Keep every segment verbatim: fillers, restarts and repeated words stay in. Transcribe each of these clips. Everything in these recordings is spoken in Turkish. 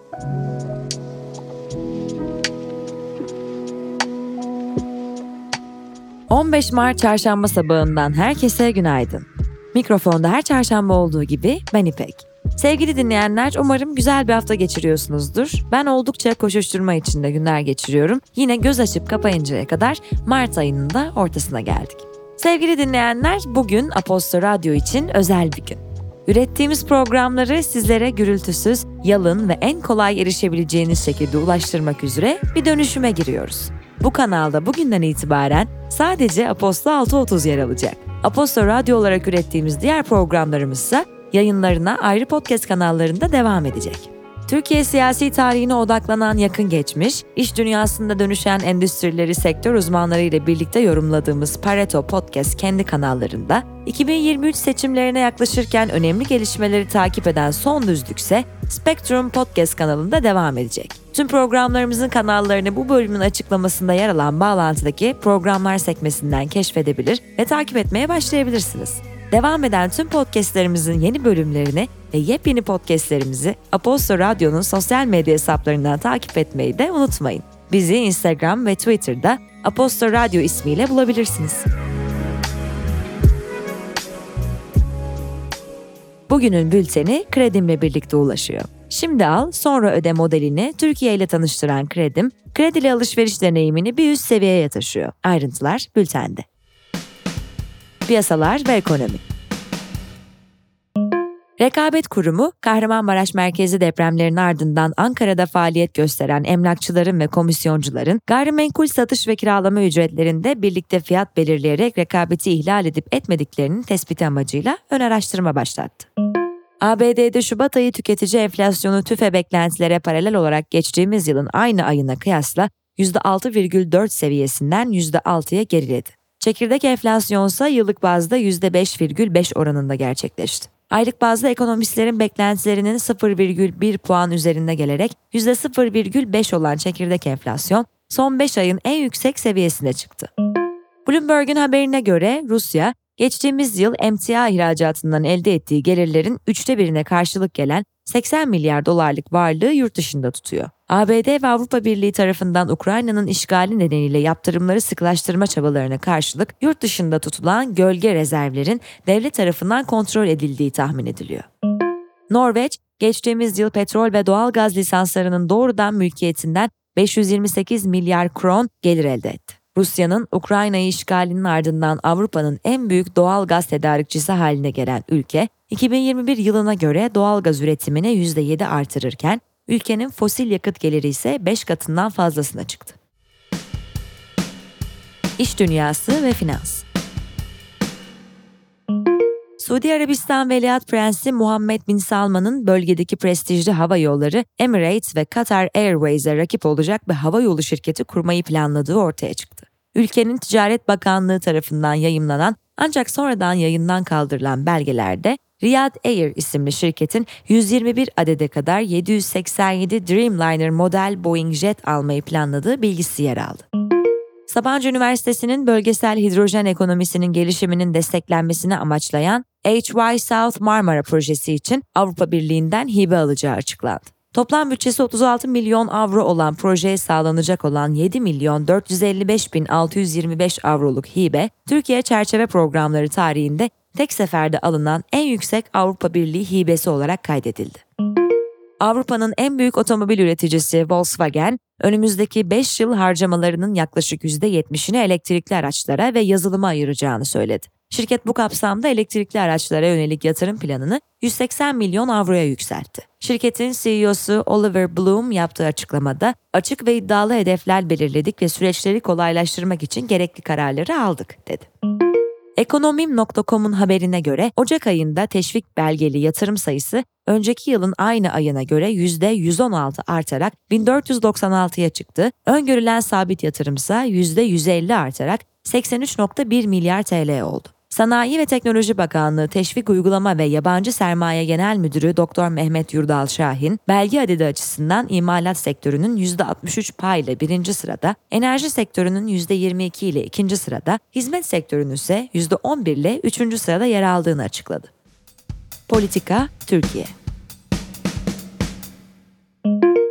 on beş Mart Çarşamba sabahından herkese günaydın. Mikrofonda her çarşamba olduğu gibi ben İpek. Sevgili dinleyenler, umarım güzel bir hafta geçiriyorsunuzdur. Ben oldukça koşuşturma içinde günler geçiriyorum. Yine göz açıp kapayıncaya kadar Mart ayının da ortasına geldik. Sevgili dinleyenler, bugün Aposto Radyo için özel bir gün. Ürettiğimiz programları sizlere gürültüsüz, yalın ve en kolay erişebileceğiniz şekilde ulaştırmak üzere bir dönüşüme giriyoruz. Bu kanalda bugünden itibaren sadece Aposto altı otuz yer alacak. Aposto Radyo olarak ürettiğimiz diğer programlarımız ise yayınlarına ayrı podcast kanallarında devam edecek. Türkiye siyasi tarihine odaklanan yakın geçmiş, iş dünyasında dönüşen endüstrileri sektör uzmanları ile birlikte yorumladığımız Pareto Podcast kendi kanallarında, iki bin yirmi üç seçimlerine yaklaşırken önemli gelişmeleri takip eden Son Düzlük ise Spectrum Podcast kanalında devam edecek. Tüm programlarımızın kanallarını bu bölümün açıklamasında yer alan bağlantıdaki programlar sekmesinden keşfedebilir ve takip etmeye başlayabilirsiniz. Devam eden tüm podcastlerimizin yeni bölümlerini ve yepyeni podcastlerimizi Aposto Radyo'nun sosyal medya hesaplarından takip etmeyi de unutmayın. Bizi Instagram ve Twitter'da Aposto Radyo ismiyle bulabilirsiniz. Bugünün bülteni Kredim'le birlikte ulaşıyor. Şimdi al, sonra öde modelini Türkiye ile tanıştıran Kredim, kredili alışveriş deneyimini bir üst seviyeye taşıyor. Ayrıntılar bültende. Piyasalar ve ekonomi. Rekabet Kurumu, Kahramanmaraş merkezi depremlerin ardından Ankara'da faaliyet gösteren emlakçıların ve komisyoncuların gayrimenkul satış ve kiralama ücretlerinde birlikte fiyat belirleyerek rekabeti ihlal edip etmediklerinin tespiti amacıyla ön araştırma başlattı. A B D'de Şubat ayı tüketici enflasyonu TÜFE beklentilere paralel olarak geçtiğimiz yılın aynı ayına kıyasla yüzde altı virgül dört seviyesinden yüzde altıya geriledi. Çekirdek enflasyon ise yıllık bazda yüzde beş virgül beş oranında gerçekleşti. Aylık bazda ekonomistlerin beklentilerinin sıfır virgül bir puan üzerinde gelerek yüzde sıfır virgül beş olan çekirdek enflasyon son beş ayın en yüksek seviyesine çıktı. Bloomberg'un haberine göre Rusya, geçtiğimiz yıl emtia ihracatından elde ettiği gelirlerin üçte birine karşılık gelen seksen milyar dolarlık varlığı yurt dışında tutuyor. A B D ve Avrupa Birliği tarafından Ukrayna'nın işgali nedeniyle yaptırımları sıkılaştırma çabalarına karşılık yurt dışında tutulan gölge rezervlerin devlet tarafından kontrol edildiği tahmin ediliyor. Norveç, geçtiğimiz yıl petrol ve doğalgaz lisanslarının doğrudan mülkiyetinden beş yüz yirmi sekiz milyar kron gelir elde etti. Rusya'nın Ukrayna'yı işgalinin ardından Avrupa'nın en büyük doğal gaz tedarikçisi haline gelen ülke, iki bin yirmi bir yılına göre doğal gaz üretimini yüzde yedi artırırken, ülkenin fosil yakıt geliri ise beş katından fazlasına çıktı. İş dünyası ve finans. Suudi Arabistan Veliaht Prensi Muhammed Bin Salman'ın bölgedeki prestijli hava yolları Emirates ve Qatar Airways'e rakip olacak bir hava yolu şirketi kurmayı planladığı ortaya çıktı. Ülkenin Ticaret Bakanlığı tarafından yayımlanan ancak sonradan yayından kaldırılan belgelerde Riyadh Air isimli şirketin yüz yirmi bir adede kadar yedi yüz seksen yedi Dreamliner model Boeing Jet almayı planladığı bilgisi yer aldı. Sabancı Üniversitesi'nin bölgesel hidrojen ekonomisinin gelişiminin desteklenmesini amaçlayan H Y South Marmara projesi için Avrupa Birliği'nden hibe alacağı açıklandı. Toplam bütçesi otuz altı milyon avro olan projeye sağlanacak olan yedi milyon dört yüz elli beş bin altı yüz yirmi beş avroluk hibe, Türkiye çerçeve programları tarihinde tek seferde alınan en yüksek Avrupa Birliği hibesi olarak kaydedildi. Avrupa'nın en büyük otomobil üreticisi Volkswagen, önümüzdeki beş yıl harcamalarının yaklaşık yüzde yetmişini elektrikli araçlara ve yazılıma ayıracağını söyledi. Şirket bu kapsamda elektrikli araçlara yönelik yatırım planını yüz seksen milyon avroya yükseltti. Şirketin C E O'su Oliver Bloom yaptığı açıklamada, açık ve iddialı hedefler belirledik ve süreçleri kolaylaştırmak için gerekli kararları aldık, dedi. Ekonomim nokta com'un haberine göre Ocak ayında teşvik belgeli yatırım sayısı önceki yılın aynı ayına göre yüzde yüz on altı artarak bin dört yüz doksan altıya çıktı. Öngörülen sabit yatırımsa yüzde yüz elli artarak seksen üç virgül bir milyar T L oldu. Sanayi ve Teknoloji Bakanlığı Teşvik Uygulama ve Yabancı Sermaye Genel Müdürü Doktor Mehmet Yurdal Şahin, belge adedi açısından imalat sektörünün yüzde altmış üç payla birinci sırada, enerji sektörünün yüzde yirmi iki ile ikinci sırada, hizmet sektörünün ise yüzde on bir ile üçüncü sırada yer aldığını açıkladı. Politika, Türkiye.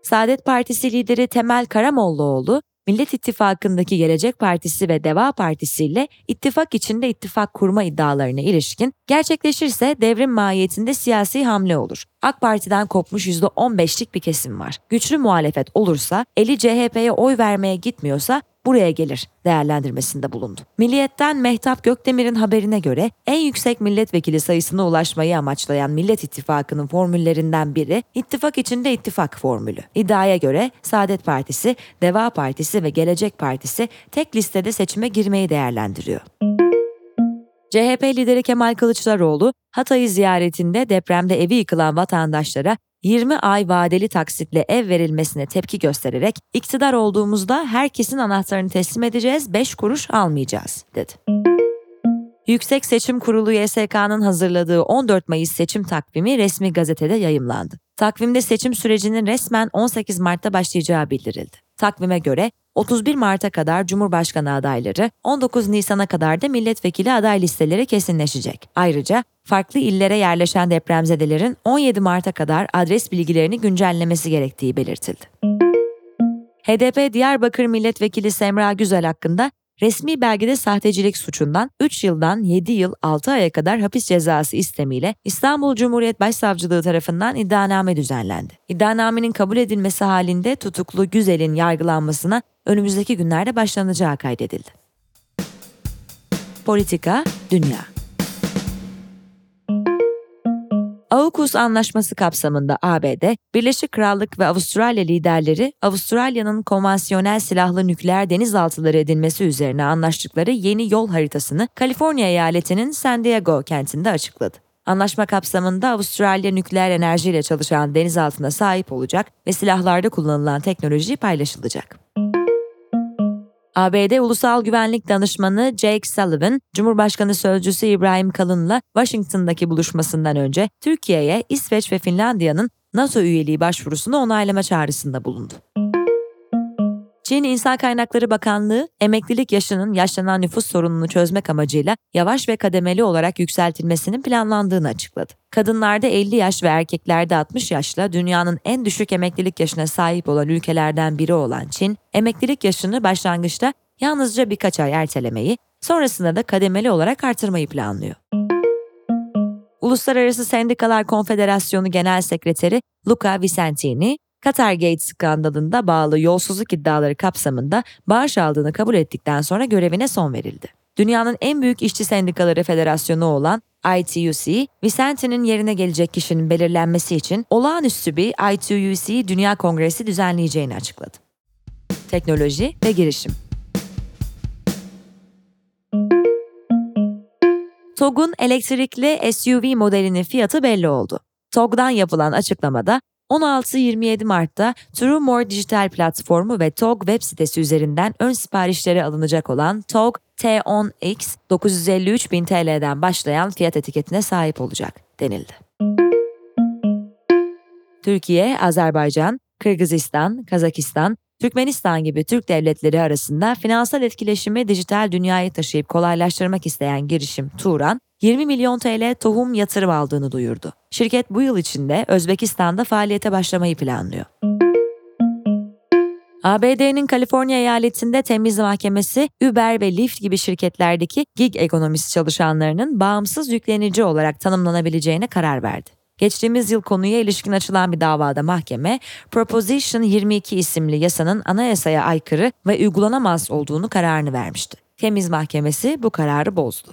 Saadet Partisi lideri Temel Karamollaoğlu, Millet İttifakı'ndaki Gelecek Partisi ve Deva Partisi ile ittifak içinde ittifak kurma iddialarına ilişkin gerçekleşirse devrim mahiyetinde siyasi hamle olur. AK Parti'den kopmuş yüzde on beşlik bir kesim var. Güçlü muhalefet olursa, eli C H P'ye oy vermeye gitmiyorsa buraya gelir değerlendirmesinde bulundu. Milliyet'ten Mehtap Gökdemir'in haberine göre en yüksek milletvekili sayısına ulaşmayı amaçlayan Millet İttifakı'nın formüllerinden biri ittifak içinde ittifak formülü. İddiaya göre Saadet Partisi, Deva Partisi ve Gelecek Partisi tek listede seçime girmeyi değerlendiriyor. C H P lideri Kemal Kılıçdaroğlu, Hatay'ı ziyaretinde depremde evi yıkılan vatandaşlara yirmi ay vadeli taksitle ev verilmesine tepki göstererek iktidar olduğumuzda herkesin anahtarını teslim edeceğiz, beş kuruş almayacağız, dedi. Yüksek Seçim Kurulu Y S K'nın hazırladığı on dört Mayıs seçim takvimi resmi gazetede yayımlandı. Takvimde seçim sürecinin resmen on sekiz Mart'ta başlayacağı bildirildi. Takvime göre otuz bir Mart'a kadar Cumhurbaşkanı adayları, on dokuz Nisan'a kadar da milletvekili aday listeleri kesinleşecek. Ayrıca farklı illere yerleşen depremzedelerin on yedi Mart'a kadar adres bilgilerini güncellemesi gerektiği belirtildi. H D P Diyarbakır Milletvekili Semra Güzel hakkında resmi belgede sahtecilik suçundan üç yıldan yedi yıl altı aya kadar hapis cezası istemiyle İstanbul Cumhuriyet Başsavcılığı tarafından iddianame düzenlendi. İddianamenin kabul edilmesi halinde tutuklu Güzel'in yargılanmasına önümüzdeki günlerde başlanacağı kaydedildi. Politika, dünya. AUKUS anlaşması kapsamında A B D, Birleşik Krallık ve Avustralya liderleri Avustralya'nın konvansiyonel silahlı nükleer denizaltıları edinmesi üzerine anlaştıkları yeni yol haritasını Kaliforniya eyaletinin San Diego kentinde açıkladı. Anlaşma kapsamında Avustralya nükleer enerjiyle çalışan denizaltına sahip olacak ve silahlarda kullanılan teknoloji paylaşılacak. A B D Ulusal Güvenlik Danışmanı Jake Sullivan, Cumhurbaşkanı Sözcüsü İbrahim Kalın'la Washington'daki buluşmasından önce Türkiye'ye İsveç ve Finlandiya'nın NATO üyeliği başvurusunu onaylama çağrısında bulundu. Çin İnsan Kaynakları Bakanlığı, emeklilik yaşının yaşlanan nüfus sorununu çözmek amacıyla yavaş ve kademeli olarak yükseltilmesinin planlandığını açıkladı. Kadınlarda elli yaş ve erkeklerde altmış yaşla dünyanın en düşük emeklilik yaşına sahip olan ülkelerden biri olan Çin, emeklilik yaşını başlangıçta yalnızca birkaç ay ertelemeyi, sonrasında da kademeli olarak artırmayı planlıyor. Uluslararası Sendikalar Konfederasyonu Genel Sekreteri Luca Vicentini, Qatargate skandalında bağlı yolsuzluk iddiaları kapsamında bağış aldığını kabul ettikten sonra görevine son verildi. Dünyanın en büyük işçi sendikaları federasyonu olan I T U C, Vicenti'nin yerine gelecek kişinin belirlenmesi için olağanüstü bir I T U C Dünya Kongresi düzenleyeceğini açıkladı. Teknoloji ve girişim. T O G'un elektrikli S U V modelinin fiyatı belli oldu. T O G'dan yapılan açıklamada on altı yirmi yedi Mart'ta TrueMore dijital platformu ve T O G web sitesi üzerinden ön siparişleri alınacak olan T O G T on X dokuz yüz elli üç bin T L'den başlayan fiyat etiketine sahip olacak denildi. Türkiye, Azerbaycan, Kırgızistan, Kazakistan, Türkmenistan gibi Türk devletleri arasında finansal etkileşimi dijital dünyaya taşıyıp kolaylaştırmak isteyen girişim Turan, yirmi milyon T L tohum yatırım aldığını duyurdu. Şirket bu yıl içinde Özbekistan'da faaliyete başlamayı planlıyor. A B D'nin Kaliforniya eyaletinde temiz mahkemesi, Uber ve Lyft gibi şirketlerdeki gig ekonomisi çalışanlarının bağımsız yüklenici olarak tanımlanabileceğine karar verdi. Geçtiğimiz yıl konuya ilişkin açılan bir davada mahkeme, Proposition yirmi iki isimli yasanın anayasaya aykırı ve uygulanamaz olduğunu kararını vermişti. Temiz mahkemesi bu kararı bozdu.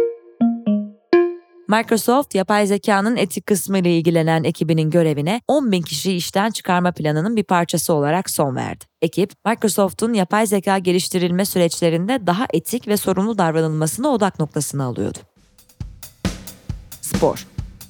Microsoft, yapay zekanın etik kısmı ile ilgilenen ekibinin görevine on bin kişiyi işten çıkarma planının bir parçası olarak son verdi. Ekip, Microsoft'un yapay zeka geliştirilme süreçlerinde daha etik ve sorumlu davranılmasını odak noktasına alıyordu. Spor.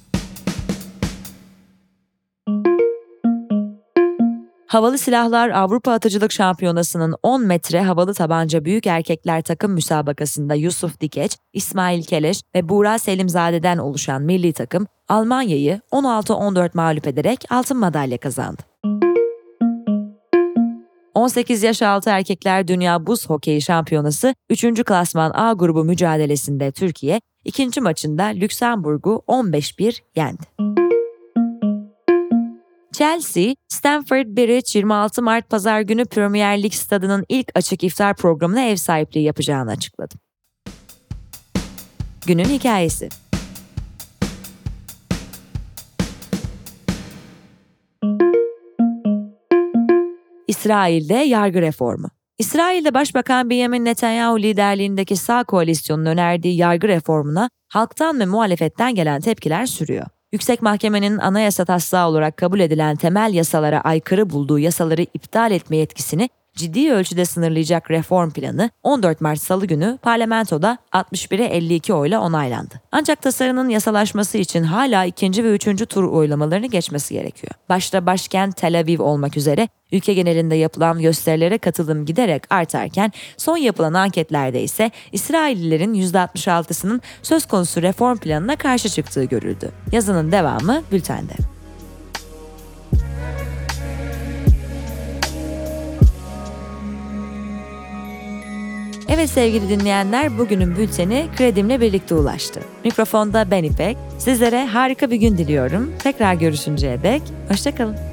Havalı Silahlar Avrupa Atıcılık Şampiyonası'nın on metre havalı tabanca büyük erkekler takım müsabakasında Yusuf Dikeç, İsmail Keleş ve Buğra Selimzade'den oluşan milli takım Almanya'yı on altı on dört mağlup ederek altın madalya kazandı. on sekiz yaş altı erkekler Dünya Buz Hokeyi Şampiyonası üçüncü klasman A grubu mücadelesinde Türkiye ikinci maçında Lüksemburg'u on beş bir yendi. Chelsea, Stamford Bridge yirmi altı Mart Pazar günü Premier Lig stadının ilk açık iftar programına ev sahipliği yapacağını açıkladı. Günün hikayesi. İsrail'de yargı reformu. İsrail'de Başbakan Benjamin Netanyahu liderliğindeki sağ koalisyonun önerdiği yargı reformuna halktan ve muhalefetten gelen tepkiler sürüyor. Yüksek Mahkemenin anayasa taslağı olarak kabul edilen temel yasalara aykırı bulduğu yasaları iptal etme yetkisini ciddi ölçüde sınırlayacak reform planı on dört Mart Salı günü parlamentoda altmış bire elli iki oyla onaylandı. Ancak tasarının yasalaşması için hala ikinci ve üçüncü tur oylamalarını geçmesi gerekiyor. Başta başkent Tel Aviv olmak üzere ülke genelinde yapılan gösterilere katılım giderek artarken son yapılan anketlerde ise İsraillilerin yüzde altmış altısının söz konusu reform planına karşı çıktığı görüldü. Yazının devamı bültende. Evet sevgili dinleyenler, bugünün bülteni Kredim'le birlikte ulaştı. Mikrofonda ben İpek. Sizlere harika bir gün diliyorum. Tekrar görüşünceye dek hoşça kalın.